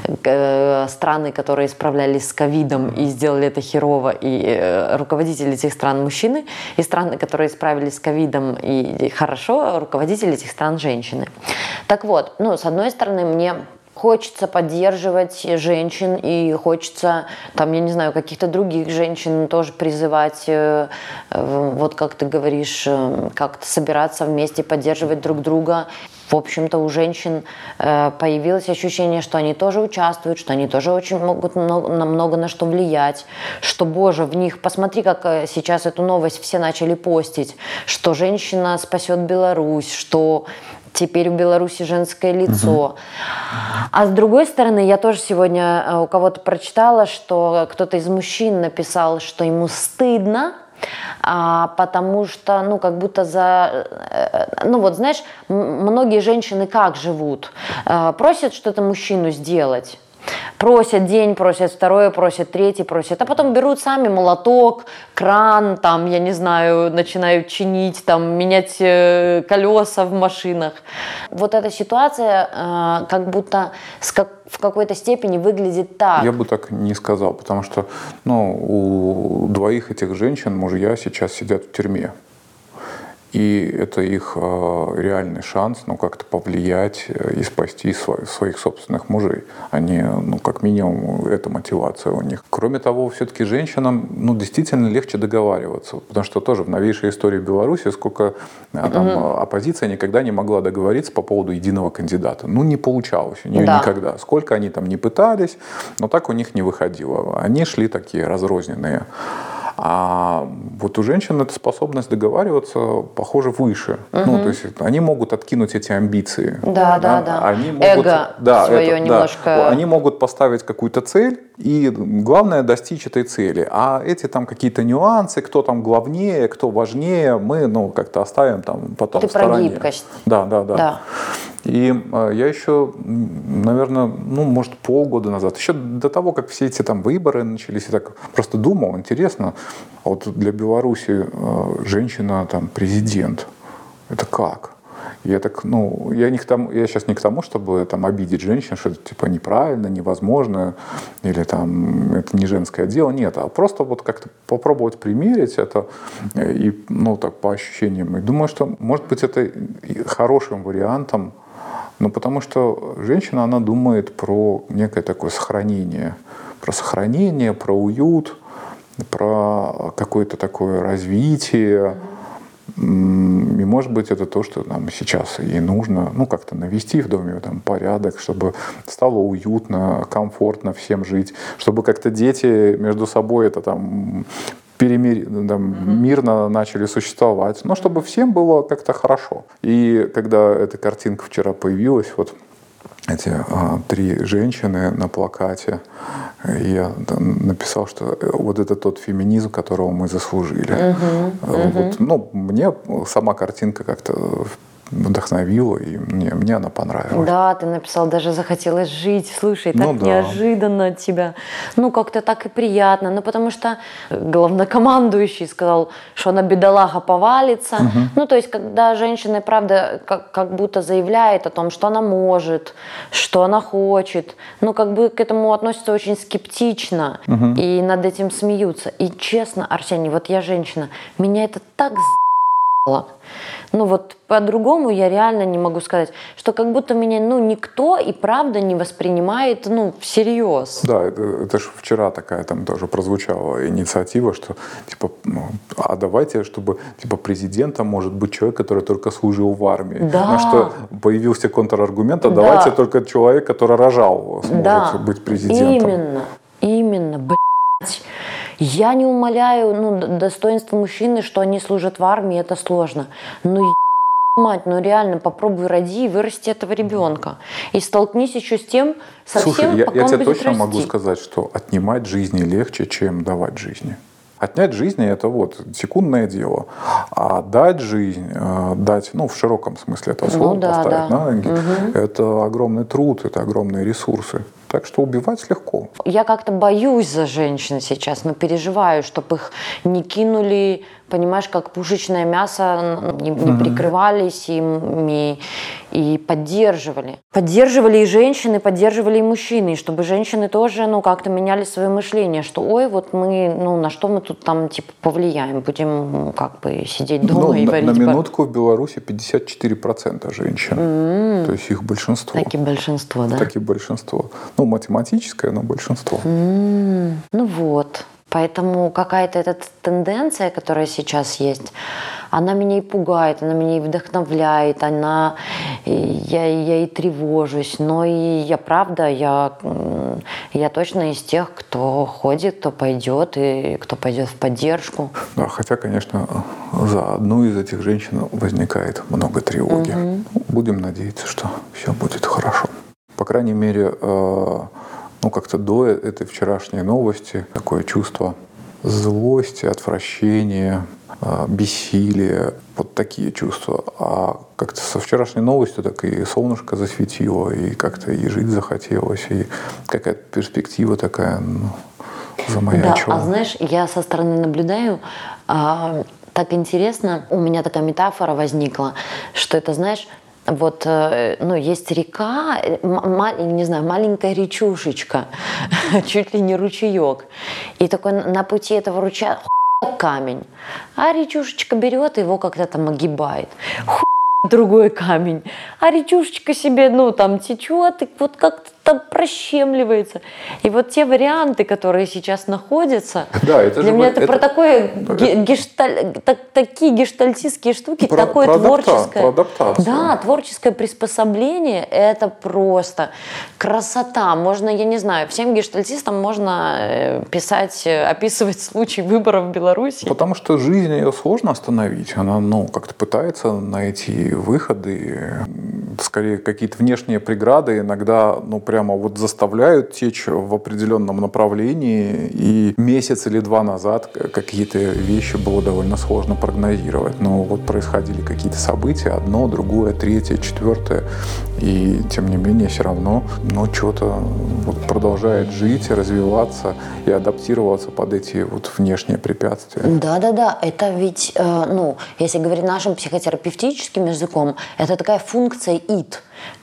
Страны, которые справлялись с ковидом и сделали это херово, и руководители этих стран мужчины, и страны, которые справились с ковидом и хорошо, руководители этих стран женщины. Так вот, ну, с одной стороны, мне... Хочется поддерживать женщин и хочется, там, я не знаю, каких-то других женщин тоже призывать, э, э, вот как ты говоришь, э, как-то собираться вместе, поддерживать друг друга. В общем-то, у женщин э, появилось ощущение, что они тоже участвуют, что они тоже очень могут много, на много на что влиять, что, боже, в них, посмотри, как сейчас эту новость все начали постить, что женщина спасет Беларусь, что... Теперь в Беларуси женское лицо. Угу. А с другой стороны, я тоже сегодня у кого-то прочитала, что кто-то из мужчин написал, что ему стыдно, а, потому что, ну, как будто за... Ну, вот, знаешь, многие женщины как живут? А, просят что-то мужчину сделать. Просят день, просят второе, просят третий, просят, а потом берут сами молоток, кран, там, я не знаю, начинают чинить, там, менять э, колеса в машинах. Вот эта ситуация э, как будто с как, в какой-то степени выглядит так. Я бы так не сказал, потому что, ну, у двоих этих женщин мужья сейчас сидят в тюрьме. И это их э, реальный шанс, ну, как-то повлиять и спасти свой, своих собственных мужей. Они, ну, как минимум, это мотивация у них. Кроме того, все-таки женщинам, ну, действительно легче договариваться. Потому что тоже в новейшей истории Беларуси сколько там, mm-hmm. оппозиция никогда не могла договориться по поводу единого кандидата. Ну, не получалось у нее да. никогда. Сколько они там не пытались, но так у них не выходило. Они шли такие разрозненные. А вот у женщин эта способность договариваться, похоже, выше. Угу. Ну, то есть они могут откинуть эти амбиции. Да, да, да. Они могут, эго да, свое это, немножко... Да. Они могут поставить какую-то цель, и главное достичь этой цели. А эти там какие-то нюансы, кто там главнее, кто важнее, мы, ну, как-то оставим там потом Ты в стороне. про гибкость. Да, да, да. да. И э, я еще, наверное, ну, может, полгода назад, еще до того, как все эти там выборы начались, я так просто думал, интересно, вот для Беларуси э, женщина там президент, это как? Я так, ну, я не к тому, я сейчас не к тому, чтобы там обидеть женщин, что это типа неправильно, невозможно, или там это не женское дело, нет, а просто вот как-то попробовать примерить это и, ну, так по ощущениям. И думаю, что может быть это хорошим вариантом, ну, потому что женщина, она думает про некое такое сохранение, про сохранение, про уют, про какое-то такое развитие. И, может быть, это то, что нам сейчас ей нужно, ну, как-то навести в доме там порядок, чтобы стало уютно, комфортно всем жить, чтобы как-то дети между собой это там перемир... там, mm-hmm. мирно начали существовать, но чтобы всем было как-то хорошо. И когда эта картинка вчера появилась, вот эти а, три женщины на плакате, я написал, что вот это тот феминизм, которого мы заслужили. Uh-huh, uh-huh. Вот, ну, мне сама картинка как-то вдохновила, и мне, мне она понравилась. Да, ты написал, даже захотелось жить. Слушай, так ну, да. неожиданно от тебя. Ну, как-то так и приятно. Ну, потому что главнокомандующий сказал, что она бедолага повалится. Угу. Ну, то есть, когда женщина, правда, как, как будто заявляет о том, что она может, что она хочет, ну, как бы к этому относятся очень скептично. Угу. И над этим смеются. И честно, Арсений, вот я женщина, меня это так з***ло. Ну вот по-другому я реально не могу сказать, что как будто меня ну никто и правда не воспринимает ну всерьез. Да, это, это же вчера такая там тоже прозвучала инициатива, что типа, ну, а давайте, чтобы типа президентом может быть человек, который только служил в армии. Да. На что появился контраргумент, а давайте да. только человек, который рожал, сможет да. быть президентом. Именно, именно, блядь. Я не умаляю ну, достоинство мужчины, что они служат в армии, это сложно. Ну, мать, ну реально, попробуй роди и вырасти этого ребенка. И столкнись еще с тем, совсем, Слушай, я, пока я он тебе будет точно расти. могу сказать, что отнимать жизни легче, чем давать жизни. Отнять жизни – это вот секундное дело. А дать жизнь, дать, ну, в широком смысле этого слова, ну, да, поставить да. на ноги, угу. это огромный труд, это огромные ресурсы. Так что убивать легко. Я как-то боюсь за женщин сейчас, но переживаю, чтобы их не кинули, понимаешь, как пушечное мясо, не, не mm-hmm. прикрывались ими и поддерживали. Поддерживали и женщины, поддерживали и мужчины, и чтобы женщины тоже, ну, как-то меняли свое мышление, что, ой, вот мы, ну, на что мы тут там, типа, повлияем, будем, как бы, сидеть дома ну, и на, варить. На минутку в Беларуси пятьдесят четыре процента женщин, mm-hmm. то есть их большинство. Таки большинство, да? Таки большинство. Ну, математическое, но большинство. Mm, ну вот. Поэтому какая-то эта тенденция, которая сейчас есть, она меня и пугает, она меня и вдохновляет, она, я, я и тревожусь. Но и я правда, я, я точно из тех, кто ходит, кто пойдет и кто пойдет в поддержку. Да, хотя, конечно, за одну из этих женщин возникает много тревоги. Mm-hmm. Будем надеяться, что все будет хорошо. По крайней мере, э, ну как-то до этой вчерашней новости такое чувство злости, отвращения, э, бессилия, вот такие чувства. А как-то со вчерашней новостью так и солнышко засветило, и как-то и жить захотелось, и какая-то перспектива такая ну, замаячила. Да, а знаешь, я со стороны наблюдаю, а, так интересно, у меня такая метафора возникла, что это, знаешь, вот, ну, есть река, не знаю, маленькая речушечка, чуть ли не ручеек. И такой на пути этого ручья камень. А речушечка берет и его как-то там огибает. Другой камень. А речушечка себе, ну, там течет, и вот как-то там прощемливается. И вот те варианты, которые сейчас находятся, да, это для же, меня это, это про такое это, гешталь, так, такие гештальтистские штуки, про, такое про творческое. Про адаптацию. Да, творческое приспособление, это просто красота. Можно, я не знаю, всем гештальтистам можно писать, описывать случай выборов в Беларуси. Потому что жизнь ее сложно остановить. Она, ну, как-то пытается найти выходы. Скорее, какие-то внешние преграды иногда, ну, прямо вот заставляют течь в определенном направлении. И месяц или два назад какие-то вещи было довольно сложно прогнозировать. Но вот происходили какие-то события, одно, другое, третье, четвертое. И, тем не менее, все равно, ну, что-то вот продолжает жить, развиваться и адаптироваться под эти вот внешние препятствия. Да-да-да, это ведь, э, ну, если говорить нашим психотерапевтическим языком, это такая функция id,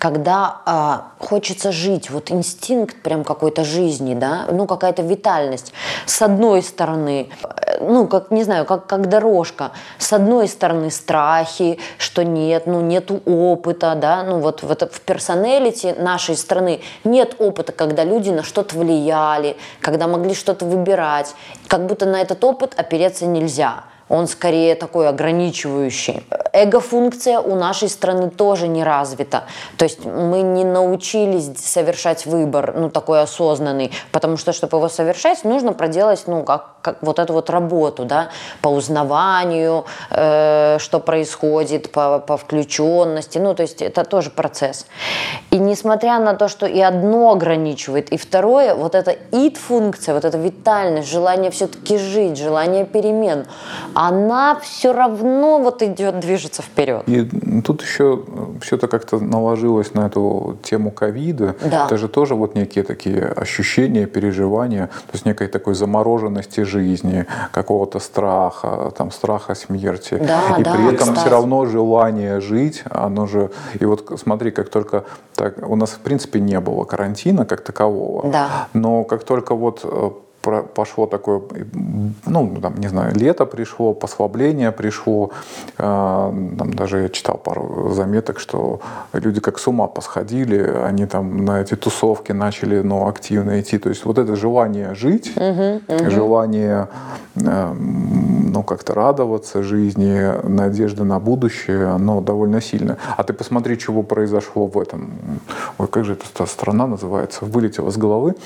когда э, хочется жить, вот инстинкт прям какой-то жизни, да, ну, какая-то витальность. С одной стороны, э, ну, как, не знаю, как, как дорожка, с одной стороны страхи, что нет, ну, нету опыта, да, ну, вот в, это, в персоналити нашей страны нет опыта, когда люди на что-то влияли, когда могли что-то выбирать, как будто на этот опыт опереться нельзя. Он скорее такой ограничивающий. Эго-функция у нашей страны тоже не развита. То есть мы не научились совершать выбор, ну, такой осознанный, потому что, чтобы его совершать, нужно проделать, ну, как, как вот эту вот работу, да, по узнаванию, э, что происходит, по, по включенности, ну, то есть это тоже процесс. И несмотря на то, что и одно ограничивает, и второе, вот эта id-функция, вот эта витальность, желание все-таки жить, желание перемен, она все равно вот идет, движется вперед. И тут еще все это как-то наложилось на эту тему ковида. Да. Это же тоже вот некие такие ощущения, переживания, то есть некой такой замороженности жизни, какого-то страха, там, страха смерти. Да, и да, при этом кстати. все равно желание жить, оно же... И вот смотри, как только... Так, у нас в принципе не было карантина как такового, Да. но как только вот пошло такое, ну, там, не знаю, лето пришло, послабление пришло, э, там даже я читал пару заметок, что люди как с ума посходили, они там на эти тусовки начали, ну, активно идти, то есть вот это желание жить, uh-huh, uh-huh. желание, э, ну, как-то радоваться жизни, надежда на будущее, оно довольно сильное. А ты посмотри, чего произошло в этом, ой, как же эта страна называется, вылетела с головы,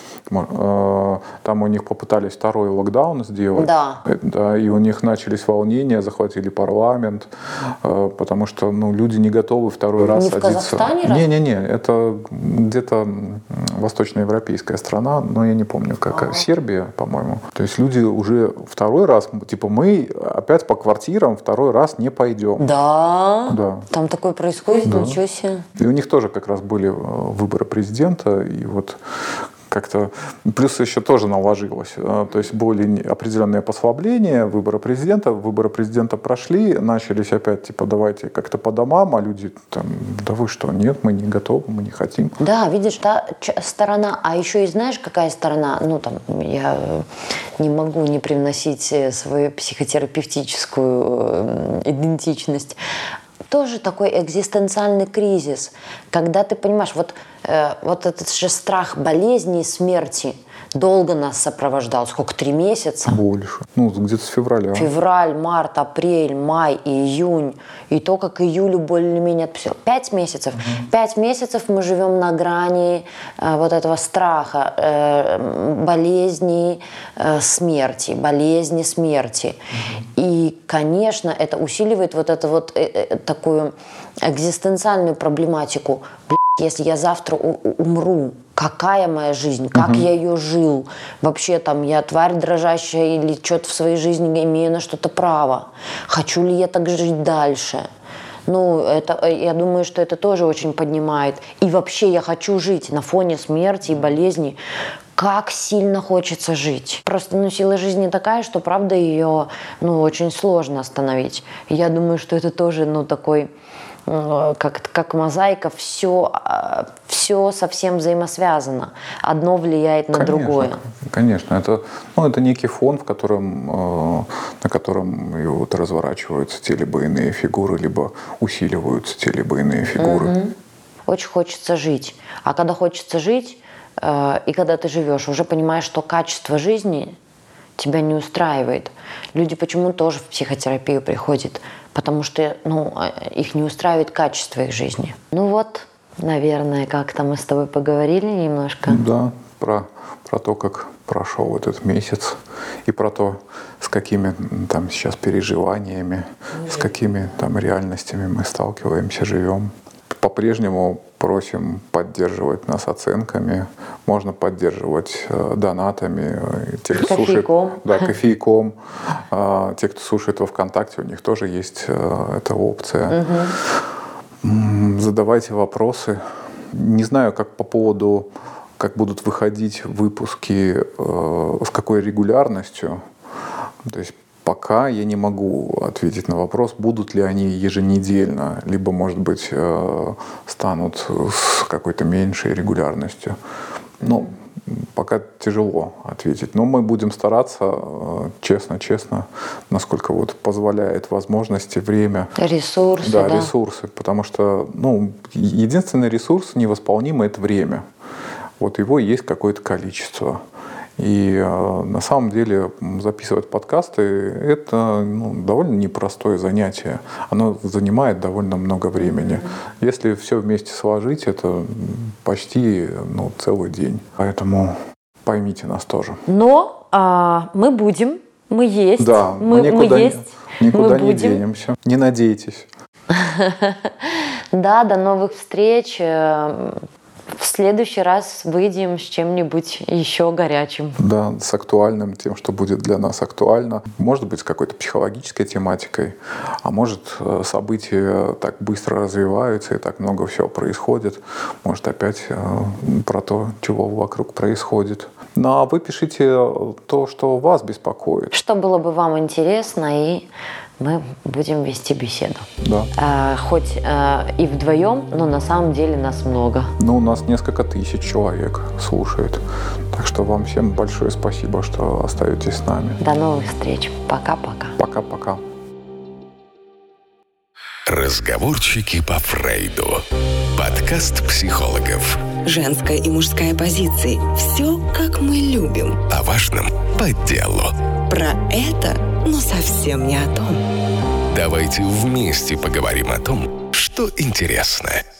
э, там у них попытались второй локдаун сделать, да. Да, и у них начались волнения, захватили парламент, э, потому что, ну, люди не готовы второй раз не садиться. В Казахстане? Не-не-не, это где-то восточноевропейская страна, но я не помню, какая, Сербия, по-моему. То есть люди уже второй раз, типа, мы опять по квартирам второй раз не пойдем. Да? Да. Там такое происходит, Да. ничего себе. И у них тоже как раз были выборы президента, и вот как-то, плюс еще тоже наложилось, то есть были определенные послабления, выборы президента, выборы президента прошли, начались опять, типа, давайте как-то по домам, а люди там, да вы что, нет, мы не готовы, мы не хотим. Да, видишь, та сторона, а еще и знаешь, какая сторона, ну, там, я не могу не привносить свою психотерапевтическую идентичность, тоже такой экзистенциальный кризис, когда ты понимаешь, вот, э, вот этот же страх болезни и смерти долго нас сопровождал. Сколько? Три месяца? Больше. Ну, где-то с февраля. Февраль, март, апрель, май, июнь. И то, как июлю более-менее отпустил. Пять месяцев. Угу. Пять месяцев мы живем на грани э, вот этого страха, э, болезни, э, смерти, болезни, смерти. Угу. И, конечно, это усиливает вот эту вот э, э, такую экзистенциальную проблематику. Если я завтра умру, какая моя жизнь, как uh-huh. я ее жил, вообще там я тварь дрожащая или что-то в своей жизни имею на что-то право, хочу ли я так жить дальше? Ну, это, я думаю, что это тоже очень поднимает. И вообще я хочу жить на фоне смерти и болезни. Как сильно хочется жить. Просто, ну, сила жизни такая, что, правда, ее, ну, очень сложно остановить. Я думаю, что это тоже, ну, такой... Как, как мозаика, все, все совсем взаимосвязано. Одно влияет на конечно, другое. Конечно, это, ну, это некий фон, в котором, на котором и вот разворачиваются те либо иные фигуры, либо усиливаются те либо иные фигуры. Угу. Очень хочется жить. А когда хочется жить, и когда ты живешь, уже понимаешь, что качество жизни тебя не устраивает. Люди почему тоже в психотерапию приходят? Потому что, ну, их не устраивает качество их жизни. Ну вот, наверное, как-то мы с тобой поговорили немножко. Да, про, про то, как прошел этот месяц, и про то, с какими там сейчас переживаниями, mm-hmm. с какими там реальностями мы сталкиваемся, живем. По-прежнему просим поддерживать нас оценками. Можно поддерживать э, донатами. Те, кто кофейком. Слушает, да, кофейком. Э, те, кто слушает во ВКонтакте, у них тоже есть э, эта опция. Угу. Задавайте вопросы. Не знаю, как по поводу как будут выходить выпуски, с какой регулярностью, то есть пока я не могу ответить на вопрос, будут ли они еженедельно, либо, может быть, станут с какой-то меньшей регулярностью. Ну, пока тяжело ответить. Но мы будем стараться честно-честно, насколько вот позволяет возможности, время. Ресурсы, да. Да, ресурсы. Потому что, ну, единственный ресурс невосполнимый – это время. Вот его есть какое-то количество. И э, на самом деле записывать подкасты – это ну, довольно непростое занятие. Оно занимает довольно много времени. Если все вместе сложить, это почти ну, целый день. Поэтому поймите нас тоже. Но а, мы будем, мы есть. Да, мы, мы никуда, мы есть, никуда мы не будем. денемся. Не надейтесь. Да, до новых встреч. В следующий раз выйдем с чем-нибудь еще горячим. Да, с актуальным, тем, что будет для нас актуально. Может быть, с какой-то психологической тематикой, а может, события так быстро развиваются и так много всего происходит. Может, опять про то, чего вокруг происходит. Ну, а вы пишите то, что вас беспокоит. Что было бы вам интересно, и мы будем вести беседу. Да. А, хоть а, и вдвоем, но на самом деле нас много. Ну, у нас несколько тысяч человек слушает. Так что вам всем большое спасибо, что остаетесь с нами. До новых встреч. Пока-пока. Пока-пока. Разговорчики по Фрейду. Подкаст психологов. Женская и мужская позиции. Все, как мы любим. О важном по делу. Про это, но совсем не о том. Давайте вместе поговорим о том, что интересно.